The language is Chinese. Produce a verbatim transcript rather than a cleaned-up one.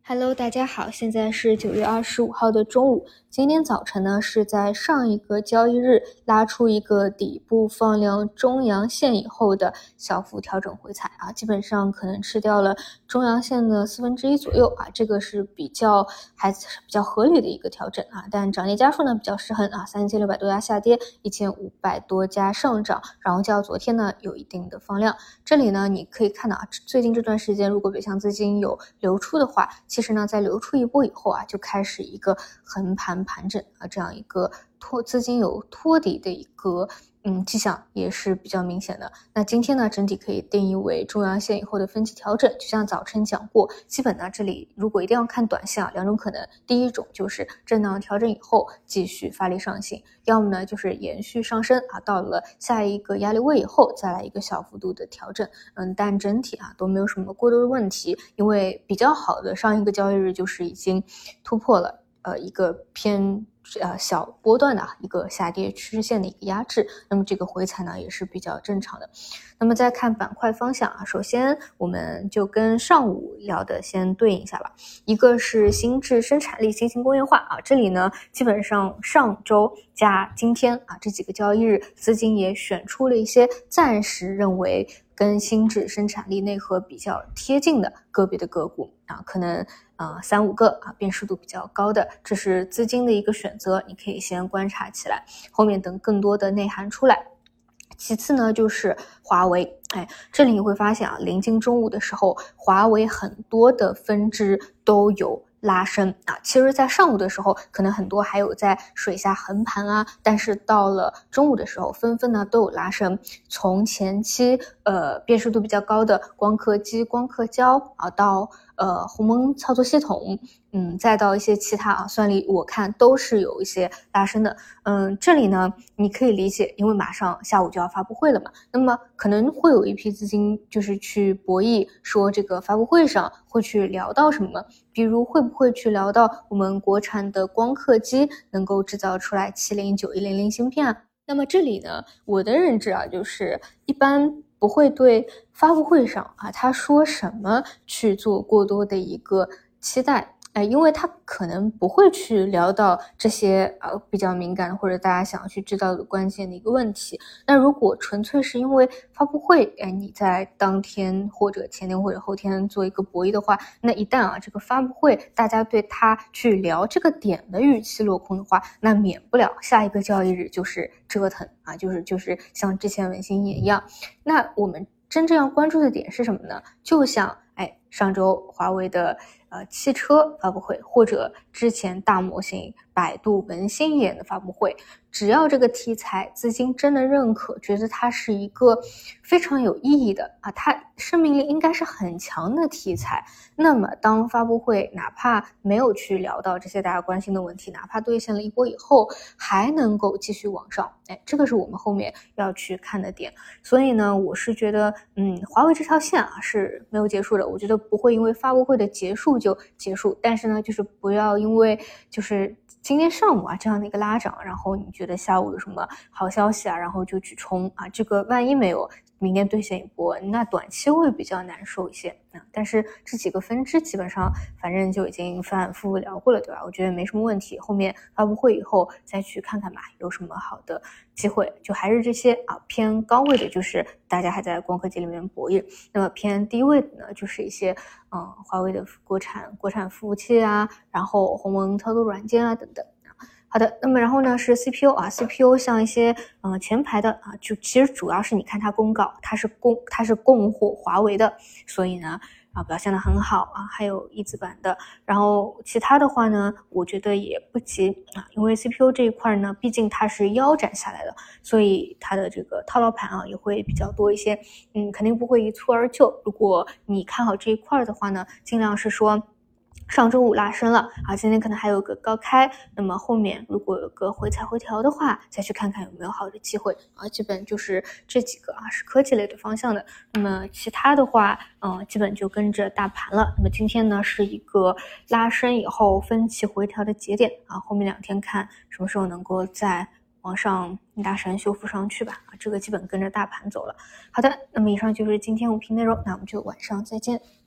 Hello， 大家好，现在是九月二十五号的中午。今天早晨呢，是在上一个交易日拉出一个底部放量中阳线以后的小幅调整回踩啊，基本上可能吃掉了中阳线的四分之一左右啊，这个是比较还是比较合理的一个调整啊。但涨跌家数呢比较失衡啊，三千六百多家下跌，一千五百多家上涨，然后较昨天呢有一定的放量。这里呢你可以看到啊，最近这段时间如果北向资金有流出的话，其实呢在流出一波以后啊，就开始一个横盘盘整啊，这样一个托资金有托底的一个嗯迹象也是比较明显的。那今天呢整体可以定义为中阳线以后的分歧调整，就像早晨讲过，基本呢这里如果一定要看短线啊，两种可能，第一种就是震荡调整以后继续发力上行，要么呢就是延续上升啊，到了下一个压力位以后再来一个小幅度的调整。嗯，但整体啊都没有什么过多的问题，因为比较好的上一个交易日就是已经突破了呃一个偏呃小波段的一个下跌趋势线的一个压制，那么这个回踩呢也是比较正常的。那么再看板块方向啊，首先我们就跟上午聊的先对应一下吧。一个是新质生产力、新型工业化啊，这里呢基本上上周加今天啊这几个交易日，资金也选出了一些暂时认为跟新质生产力内核比较贴近的个别的个股啊，可能啊、呃、三五个啊辨识度比较高的，这是资金的一个选择，你可以先观察起来，后面等更多的内涵出来。其次呢就是华为，哎，这里你会发现啊，临近中午的时候，华为很多的分支都有拉升啊，其实在上午的时候可能很多还有在水下横盘啊，但是到了中午的时候纷纷呢都有拉升，从前期呃辨识度比较高的光刻机、光刻胶啊，到呃鸿蒙操作系统，嗯，再到一些其他啊算力，我看都是有一些拉升的。嗯，这里呢你可以理解，因为马上下午就要发布会了嘛，那么可能会有一批资金就是去博弈说这个发布会上会去聊到什么，比如会不会去聊到我们国产的光刻机能够制造出来七零九一零零芯片啊。那么这里呢我的认知啊就是一般不会对发布会上啊他说什么去做过多的一个期待，哎，因为他可能不会去聊到这些呃比较敏感或者大家想要去知道的关键的一个问题。那如果纯粹是因为发布会，哎，你在当天或者前天或者后天做一个博弈的话，那一旦啊这个发布会大家对他去聊这个点的预期落空的话，那免不了下一个交易日就是折腾啊，就是就是像之前文心一言一样。那我们真正要关注的点是什么呢？就像哎上周华为的呃汽车发布会，或者之前大模型百度文心一言的发布会，只要这个题材资金真的认可，觉得它是一个非常有意义的啊，它生命力应该是很强的题材，那么当发布会哪怕没有去聊到这些大家关心的问题，哪怕兑现了一波以后还能够继续往上，哎，这个是我们后面要去看的点。所以呢我是觉得嗯，华为这条线啊是没有结束的，我觉得不会因为发布会的结束就结束，但是呢就是不要因为就是今天上午啊这样的一个拉涨，然后你觉得下午有什么好消息啊，然后就去冲啊，这个万一没有明天兑现一波，那短期会比较难受一些啊。但是这几个分支基本上反正就已经反反复复聊过了，对吧？我觉得没什么问题，后面发布会以后再去看看吧，有什么好的机会，就还是这些啊，偏高位的就是大家还在光刻机里面博弈，那么偏低位的呢就是一些嗯华为的国产国产服务器啊，然后鸿蒙操作软件啊等等。好的，那么然后呢是 C P U 啊 ，C P U 像一些嗯、呃、前排的啊，就其实主要是你看它公告，它是供它是供货华为的，所以呢啊表现得很好啊，还有一字板的，然后其他的话呢，我觉得也不急啊，因为 C P U 这一块呢，毕竟它是腰斩下来的，所以它的这个套牢盘啊也会比较多一些，嗯，肯定不会一蹴而就。如果你看好这一块的话呢，尽量是说上周五拉升了啊，今天可能还有个高开，那么后面如果有个回踩回调的话，再去看看有没有好的机会啊。基本就是这几个啊，是科技类的方向的。那么其他的话，嗯、呃，基本就跟着大盘了。那么今天呢是一个拉升以后分歧回调的节点啊，后面两天看什么时候能够再往上拉升修复上去吧啊，这个基本跟着大盘走了。好的，那么以上就是今天五评内容，那我们就晚上再见。